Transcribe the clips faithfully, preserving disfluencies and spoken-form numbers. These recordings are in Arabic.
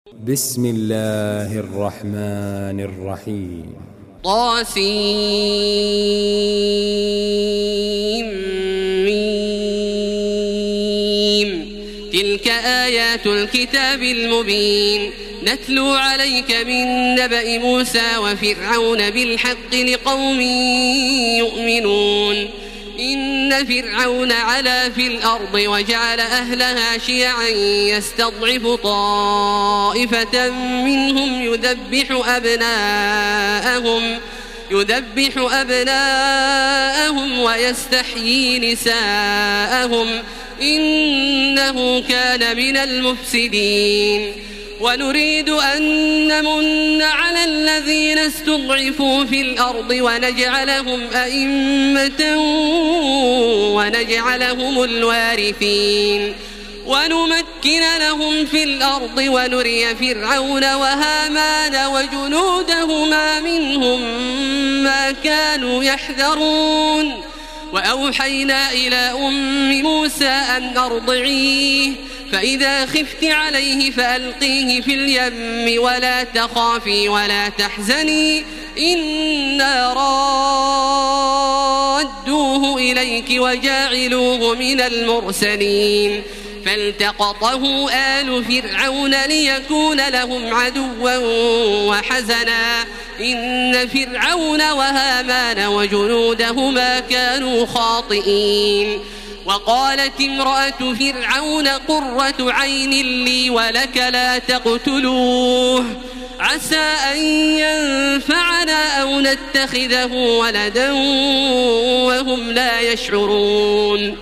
بسم الله الرحمن الرحيم. طاسيم. تلك آيات الكتاب المبين نتلو عليك من نبأ موسى وفرعون بالحق لقوم يؤمنون. إن فرعون علا في الأرض وجعل أهلها شيعا يستضعف طائفة منهم يذبح أبناءهم يذبح أبناءهم ويستحيي نساءهم إنه كان من المفسدين. ونريد أن نمن على الذين استضعفوا في الأرض ونجعلهم أئمة ونجعلهم الوارثين ونمكن لهم في الأرض ونري فرعون وهامان وجنودهما منهم ما كانوا يحذرون. وأوحينا إلى أم موسى أن أرضعيه فإذا خفت عليه فألقيه في اليم ولا تخافي ولا تحزني إنا رادوه إليك وجاعلوه من المرسلين. فالتقطه آل فرعون ليكون لهم عدوا وحزنا إن فرعون وهامان وجنودهما كانوا خاطئين. وقالت امرأة فرعون قرة عين لي ولك لا تقتلوه عسى أن ينفعنا أو نتخذه ولدا وهم لا يشعرون.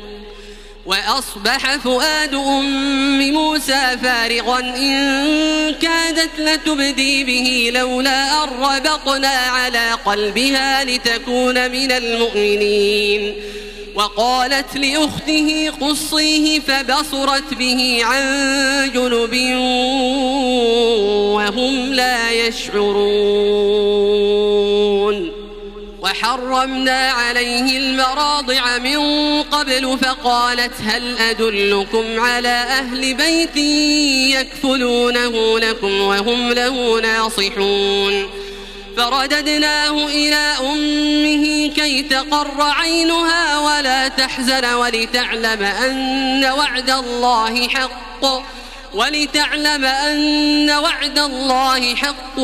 وأصبح فؤاد أم موسى فارغا إن كادت لتبدي به لولا أن ربطنا على قلبها لتكون من المؤمنين. وقالت لأخته قصيه فبصرت به عن جنب وهم لا يشعرون. وحرمنا عليه المراضع من قبل فقالت هل أدلكم على أهل بيت يكفلونه لكم وهم له ناصحون. فرددناه إلى أمه كي تقر عينها ولا تحزن ولتعلم أن وعد الله حق ولتعلم أن وعد الله حق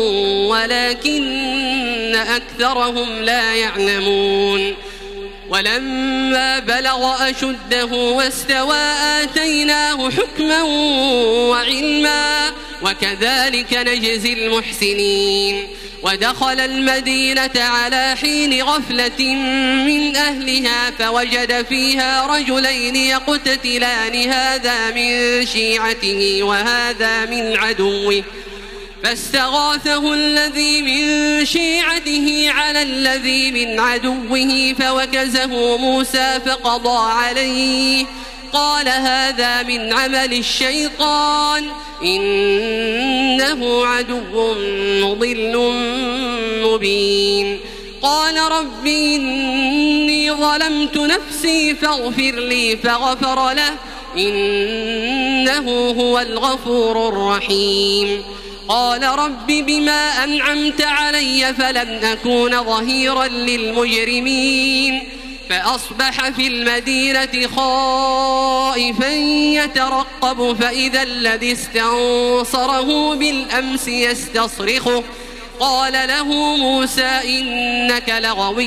ولكن أكثرهم لا يعلمون. ولما بلغ أشده واستوى آتيناه حكما وعلما وكذلك نجزي المحسنين. ودخل المدينة على حين غفلة من أهلها فوجد فيها رجلين يقتتلان هذا من شيعته وهذا من عدوه فاستغاثه الذي من شيعته على الذي من عدوه فوكزه موسى فقضى عليه قال هذا من عمل الشيطان إنه عدو مضل مبين. قال رب إني ظلمت نفسي فاغفر لي فغفر له إنه هو الغفور الرحيم. قال رب بما أنعمت علي فلن أكون ظهيرا للمجرمين. فأصبح في المدينة خائفا يترقب فإذا الذي استنصره بالأمس يستصرخه قال له موسى إنك لغوي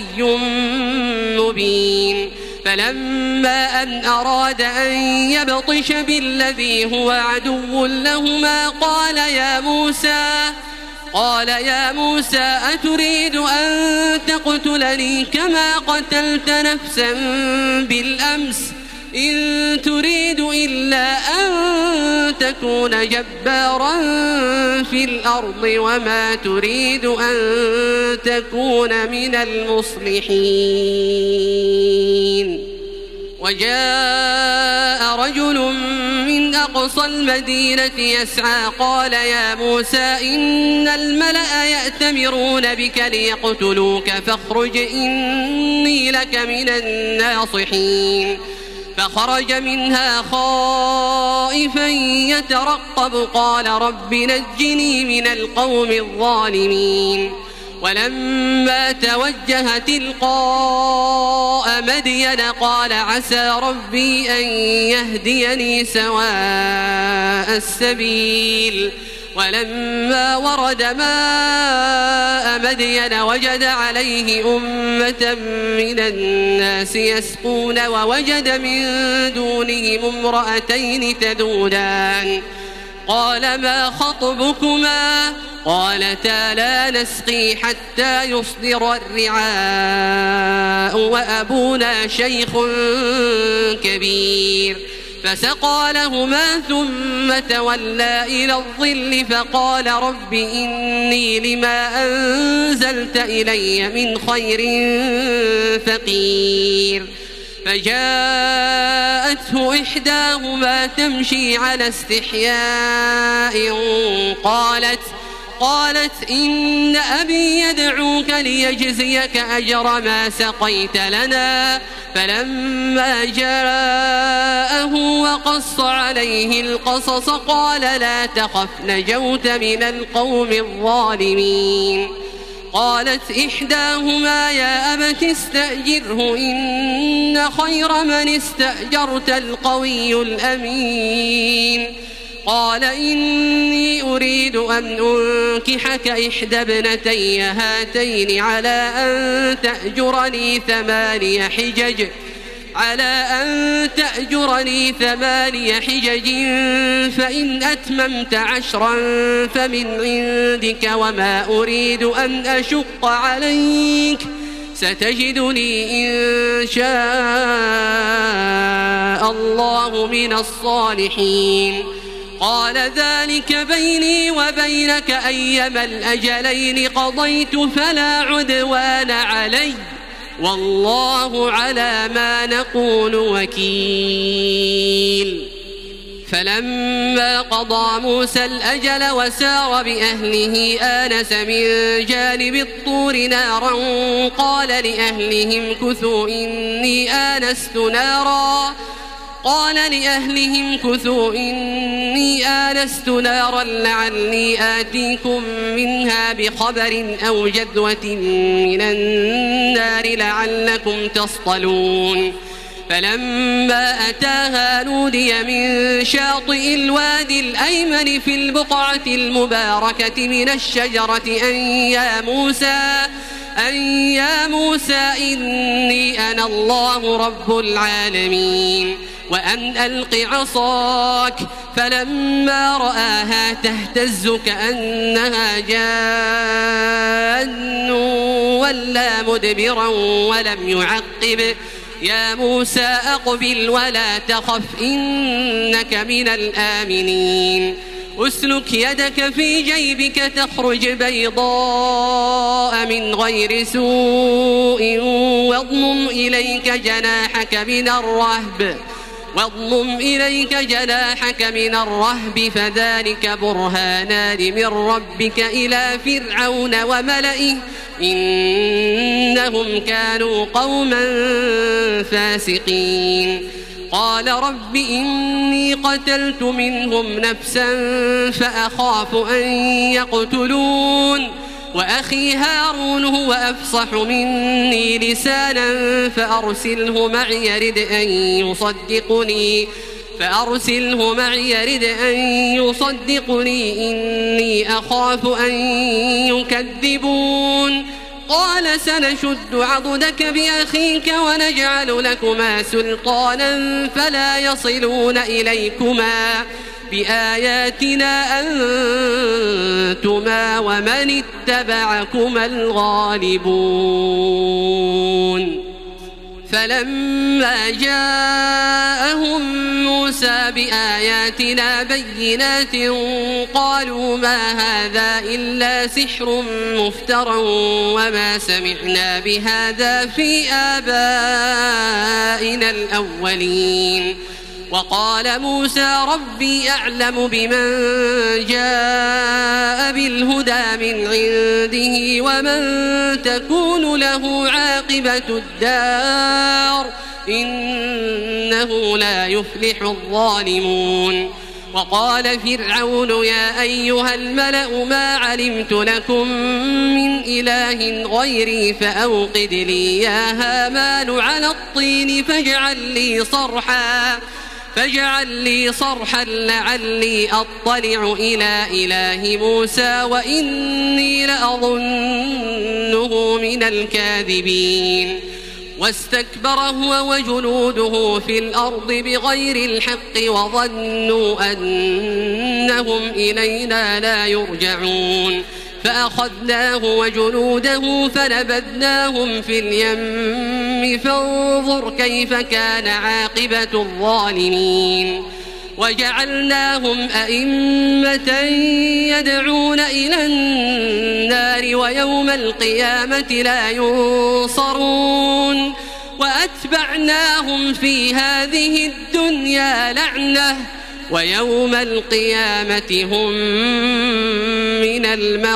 مبين. فلما أن أراد أن يبطش بالذي هو عدو لهما قال يا موسى قال يا موسى أتريد أن تقتلني كما قتلت نفسا بالأمس إن تريد إلا أن تكون جبارا في الأرض وما تريد أن تكون من المصلحين. وجاء رجل من أقصى المدينة يسعى قال يا موسى إن الملأ يأتمرون بك ليقتلوك فاخرج إني لك من الناصحين. فخرج منها خائفا يترقب قال رب نجني من القوم الظالمين ولما توجه تلقاء مدين قال عسى ربي أن يهديني سواء السبيل ولما ورد ماء مدين وجد عليه أمة من الناس يسقون ووجد من دونهم امرأتين تذودان قال ما خطبكما قالتا لا نسقي حتى يصدر الرعاء وأبونا شيخ كبير فسقى لهما ثم تولى إلى الظل فقال رب إني لما أنزلت إلي من خير فقير فجاءته إحداهما تمشي على استحياء قالت قالت إن أبي يدعوك ليجزيك أجر ما سقيت لنا فلما جاءه وقص عليه القصص قال لا تخف نجوت من القوم الظالمين قالت إحداهما يا أبت استأجره إن خير من استأجرت القوي الأمين قال إني أريد أن أنكحك إحدى ابنتي هاتين على أن تأجرني ثماني حجج على أن تأجرني ثماني حجج فإن أتممت عشرا فمن عندك وما أريد أن أشق عليك ستجدني إن شاء الله من الصالحين قال ذلك بيني وبينك أيما الأجلين قضيت فلا عدوان علي والله على ما نقول وكيل فلما قضى موسى الأجل وسار بأهله آنس من جانب الطور نارا قال لأهلهم كثوا إني آنست نارا قال لأهلهم كثوا إني آنست نارا لعلي آتيكم منها بخبر أو جذوة من النار لعلكم تصطلون فلما أتاها نودي من شاطئ الوادي الأيمن في البقعة المباركة من الشجرة أن يا موسى أن يا موسى إني أنا الله رب العالمين وأن ألق عصاك فلما رآها تهتز كأنها جان ولا مدبرا ولم يعقب يا موسى أقبل ولا تخف إنك من الآمنين أسلك يدك في جيبك تخرج بيضاء من غير سوء واضمم إليك جناحك من الرهب واضمم إليك جناحك من الرهب فذلك برهانان من ربك إلى فرعون وملئه إنهم كانوا قوما فاسقين قال رب إني قتلت منهم نفسا فأخاف أن يقتلون وأخي هارون هو أفصح مني لسانا فأرسله معي يرد أن يصدقني فأرسله معي يرد أن يصدقني إني أخاف أن يكذبون قال سنشد عضدك بأخيك ونجعل لكما سلطانا فلا يصلون إليكما بآياتنا أنتما ومن اتبعكما الغالبون فلما جاءهم موسى بآياتنا بينات قالوا ما هذا إلا سحر مفترى وما سمعنا بهذا في آبائنا الأولين وقال موسى ربي أعلم بمن جاء بالهدى من عنده ومن تكون له عاقبة الدار إنه إنه لا يفلح الظالمون. وقال فرعون يا أيها الملأ ما علمت لكم من إله غيري فأوقد لي يا هامان على الطين فاجعل لي صرحا فاجعل لي صرحا لعلي أطلع إلى إله موسى وإني لأظنه من الكاذبين. واستكبر هو وجنوده في الأرض بغير الحق وظنوا أنهم إلينا لا يرجعون فأخذناه وجنوده فنبذناهم في اليم فانظر كيف كان عاقبة الظالمين. وجعلناهم أئمة يدعون إلى النار ويوم القيامة لا ينصرون وأتبعناهم في هذه الدنيا لعنة ويوم القيامة هم من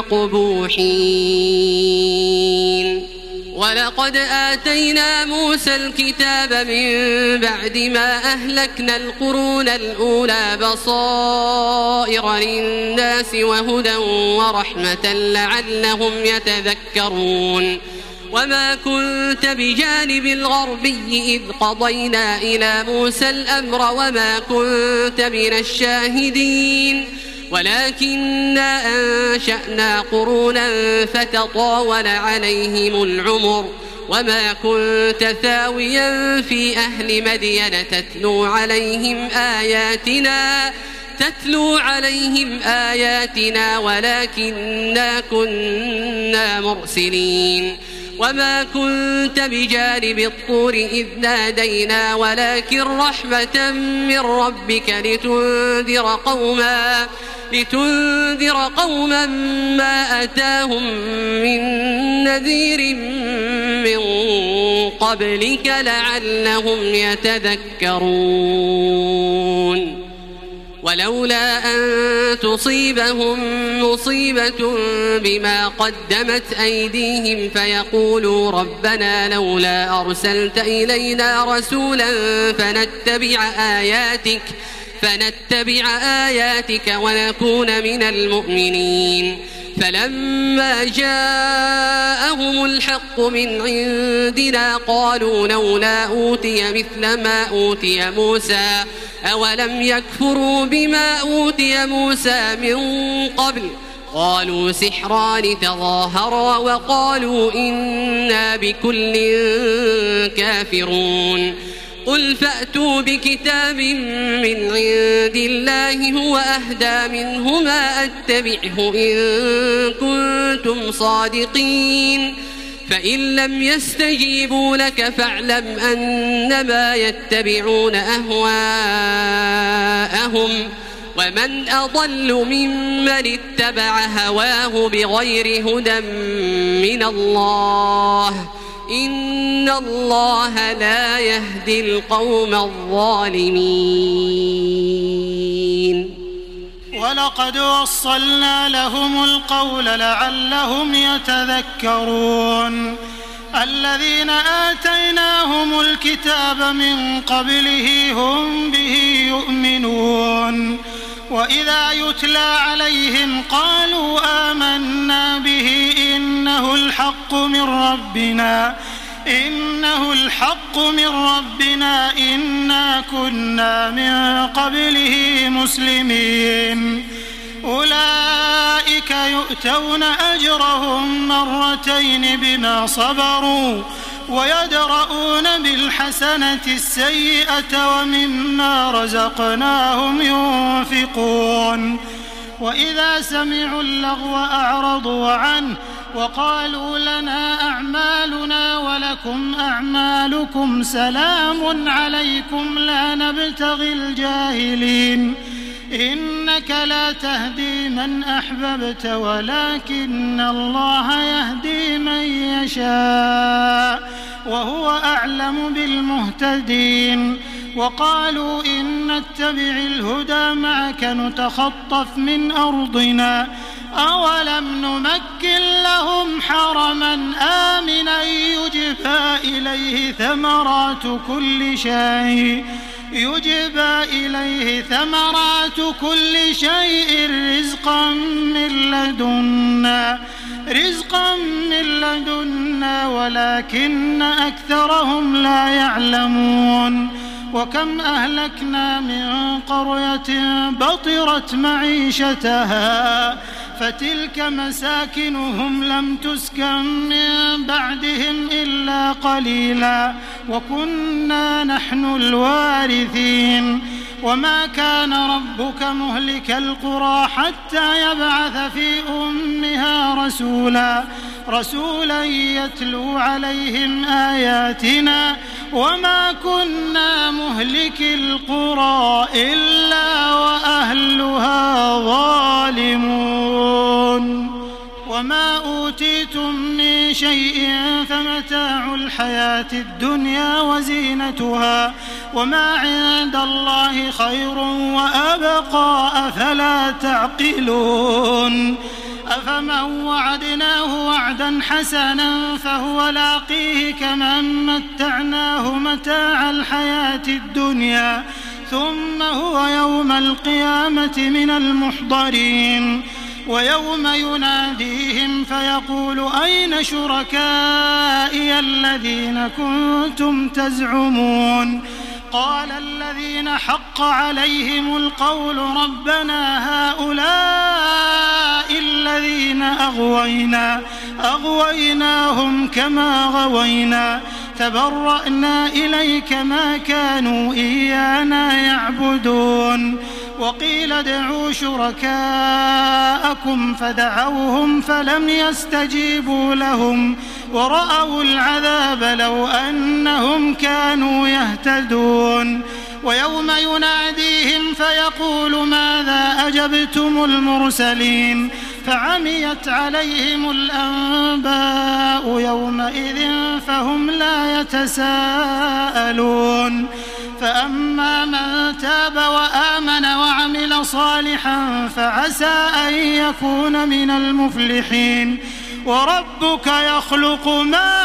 المقبوحين. ولقد آتينا موسى الكتاب من بعد ما أهلكنا القرون الأولى بصائر للناس وهدى ورحمة لعلهم يتذكرون. وما كنت بجانب الغربي إذ قضينا إلى موسى الأمر وما كنت من الشاهدين ولكننا أنشأنا قرونا فتطاول عليهم العمر وما كنت ثاويا في أهل مدين تتلو عليهم آياتنا تتلو عليهم آياتنا ولكننا كنا مرسلين. وما كنت بجانب الطور إذ نادينا ولكن رحمة من ربك لتنذر قوما لتنذر قوما ما أتاهم من نذير من قبلك لعلهم يتذكرون. ولولا أن تصيبهم مصيبة بما قدمت أيديهم فيقولوا ربنا لولا أرسلت إلينا رسولا فنتبع آياتك فنتبع آياتك ونكون من المؤمنين. فلما جاءهم الحق من عندنا قالوا لولا أوتي مثل ما أوتي موسى أولم يكفروا بما أوتي موسى من قبل قالوا سحران تظاهرا وقالوا إنا بكل كافرون. قل فأتوا بكتاب من عند الله هو أهدى منهما أتبعه إن كنتم صادقين. فإن لم يستجيبوا لك فاعلم أنما يتبعون أهواءهم ومن أضل ممن اتبع هواه بغير هدى من الله إن الله لا يهدي القوم الظالمين. ولقد وصلنا لهم القول لعلهم يتذكرون. الذين آتيناهم الكتاب من قبله هم به يؤمنون. وإذا يتلى عليهم قالوا آمنا به إنه الحق من ربنا إنه الحق من ربنا إنا كنا من قبله مسلمين. أولئك يؤتون أجرهم مرتين بما صبروا ويدرؤون بالحسنة السيئة ومما رزقناهم ينفقون. وإذا سمعوا اللغو أعرضوا عنه وقالوا لنا أعمالنا ولكم أعمالكم سلام عليكم لا نبتغي الجاهلين. إنك لا تهدي من أحببت ولكن الله يهدي من يشاء وهو أعلم بالمهتدين. وقالوا إن نتبع الهدى معك نتخطف من أرضنا أولم نمكن لهم حرما آمنا يجبى إليه ثمرات كل شيء يجبى إليه ثمرات كل شيء رزقا من لدنا رزقا من لدنا ولكن أكثرهم لا يعلمون وكم أهلكنا من قرية بطرت معيشتها فتلك مساكنهم لم تسكن من بعدهم إلا قليلا وكنا نحن الوارثين وما كان ربك مهلك القرى حتى يبعث في أمها رسولا رسولا يتلو عليهم آياتنا وما كنا مهلك القرى إلا وأهلها ظالمون وما أوتيتم من شيء فمتاع الحياة الدنيا وزينتها وما عند الله خير وأبقى أفلا تعقلون أفمن وعدناه وعدا حسنا فهو لاقيه كمن متعناه متاع الحياة الدنيا ثم هو يوم القيامة من المحضرين ويوم يناديهم فيقول أين شركائي الذين كنتم تزعمون قال الذين حق عليهم القول ربنا هؤلاء الذين أغوينا أغويناهم كما غوينا تبرأنا إليك ما كانوا إيانا يعبدون وقيل ادعوا شركاءكم فدعوهم فلم يستجيبوا لهم ورأوا العذاب لو أنهم كانوا يهتدون ويوم يناديهم فيقول ماذا أجبتم المرسلين فعميت عليهم الأنباء يومئذ فهم لا يتساءلون فأما من تاب وآمن وعمل صالحا فعسى أن يكون من المفلحين وربك يخلق ما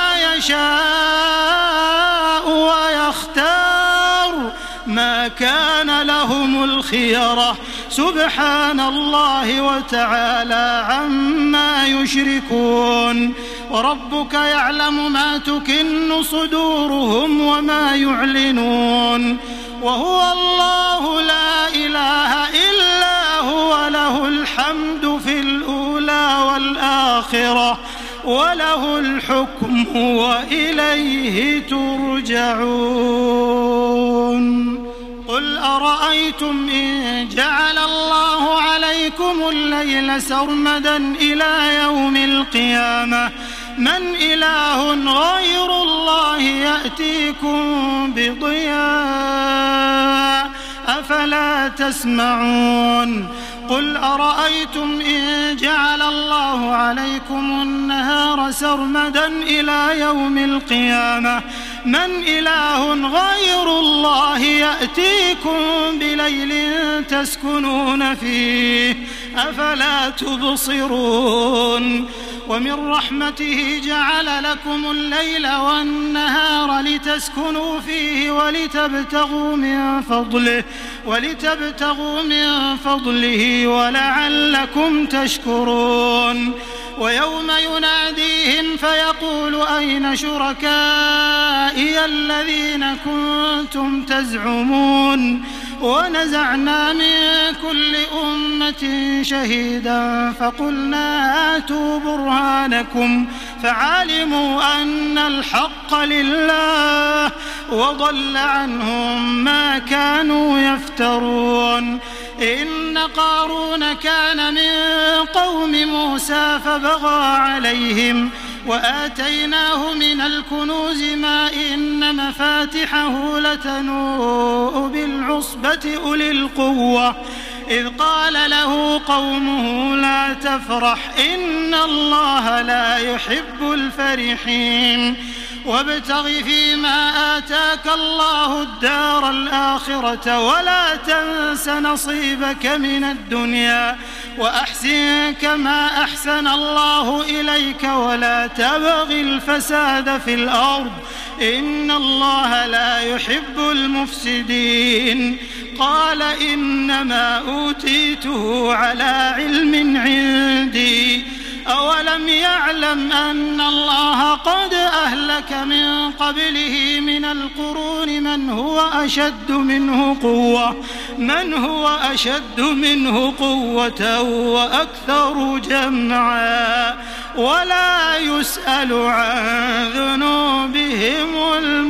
يشاء ويختار ما كان لهم الخيرة سبحان الله وتعالى عما يشركون وربك يعلم ما تكن صدورهم وما يعلنون وهو الله لا إله إلا هو له الحمد في الأولى والآخرة وله الحكم وإليه ترجعون قل أرأيتم إن جعل الله عليكم الليل سرمدا إلى يوم القيامة من إله غير الله يأتيكم بضياء أفلا تسمعون قل أرأيتم إن جعل الله عليكم النهار سرمدا إلى يوم القيامة من إله غير الله يأتيكم بليل تسكنون فيه أفلا تبصرون ومن رحمته جعل لكم الليل والنهار لتسكنوا فيه ولتبتغوا من فضله ولتبتغوا من فضله ولعلكم تشكرون ويوم يناديهم فيقول أين شركائي الذين كنتم تزعمون ونزعنا من كل أمة شهيدا فقلنا هاتوا برهانكم فعلموا أن الحق لله وضل عنهم ما كانوا يفترون إن قارون كان من قوم موسى فبغى عليهم وآتيناه من الكنوز ما إن مفاتحه لتنوء بالعصبة أولي القوة إذ قال له قومه لا تفرح إن الله لا يحب الفرحين وابتغ فيما آتاك الله الدار الآخرة ولا تنس نصيبك من الدنيا وأحسن كما أحسن الله إليك ولا تبغ الفساد في الأرض إن الله لا يحب المفسدين. قال إنما أوتيته على علم عندي أولم يعلم أن الله قد أهلك من قبله من القرون من هو أشد منه قوة من هو أشد منه قوة وأكثر جمعا ولا يسأل عن ذنوبهم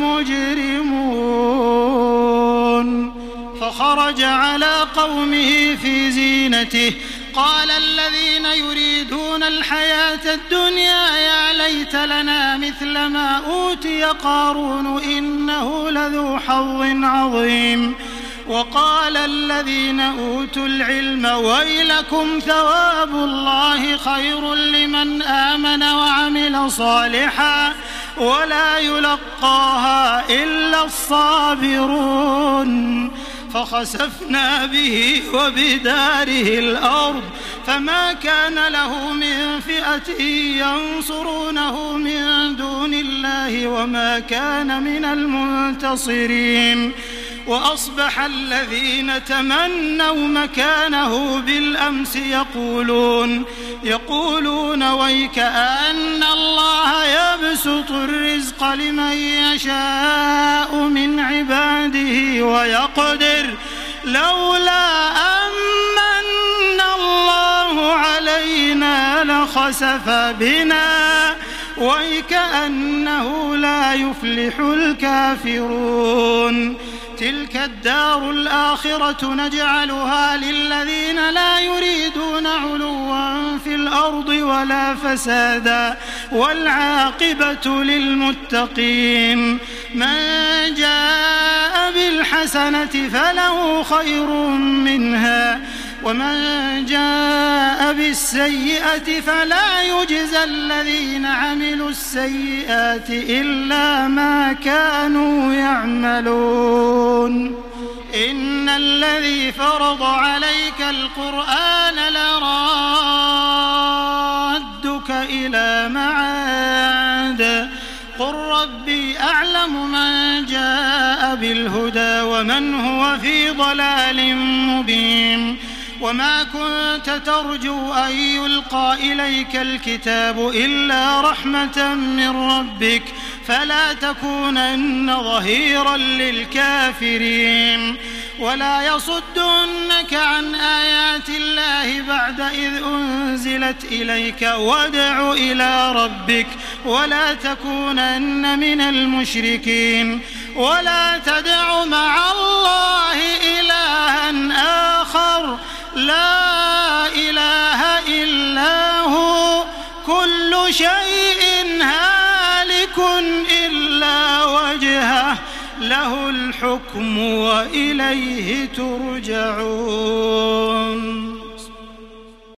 المجرمون. فخرج على قومه في زينته قال الذين يريدون الحياة الدنيا يا ليت لنا مثل ما أوتي قارون إنه لذو حظ عظيم. وقال الذين أوتوا العلم ويلكم ثواب الله خير لمن آمن وعمل صالحا ولا يلقاها إلا الصابرون. فخسفنا به وبداره الأرض فما كان له من فئة ينصرونه من دون الله وما كان من المنتصرين. وأصبح الذين تمنوا مكانه بالأمس يقولون يقولون ويك أن الله يبسط الرزق لمن يشاء من عباده ويقدر لولا أمن الله علينا لخسف بنا ويكأنه لا يفلح الكافرون. تلك الدار الآخرة نجعلها للذين لا يريدون علوا في الأرض ولا فسادا والعاقبة للمتقين. من جاء بالحسنة فله خير منها ومن جاء بالسيئة فلا يجزى الذين عملوا السيئات إلا ما كانوا يعملون. إن الذي فرض عليك القرآن لرادك إلى معاد قل ربي أعلم من جاء بالهدى ومن هو في ضلال مبين. وما كنت ترجو أن يلقى إليك الكتاب إلا رحمة من ربك فلا تكونن ظهيرا للكافرين. ولا يصدنك عن آيات الله بعد إذ أنزلت إليك وادع إلى ربك ولا تكونن من المشركين. ولا تدع مع الله إلها آخر لا إله إلا هو كل شيء هالك إلا وجهه له الحكم وإليه ترجعون.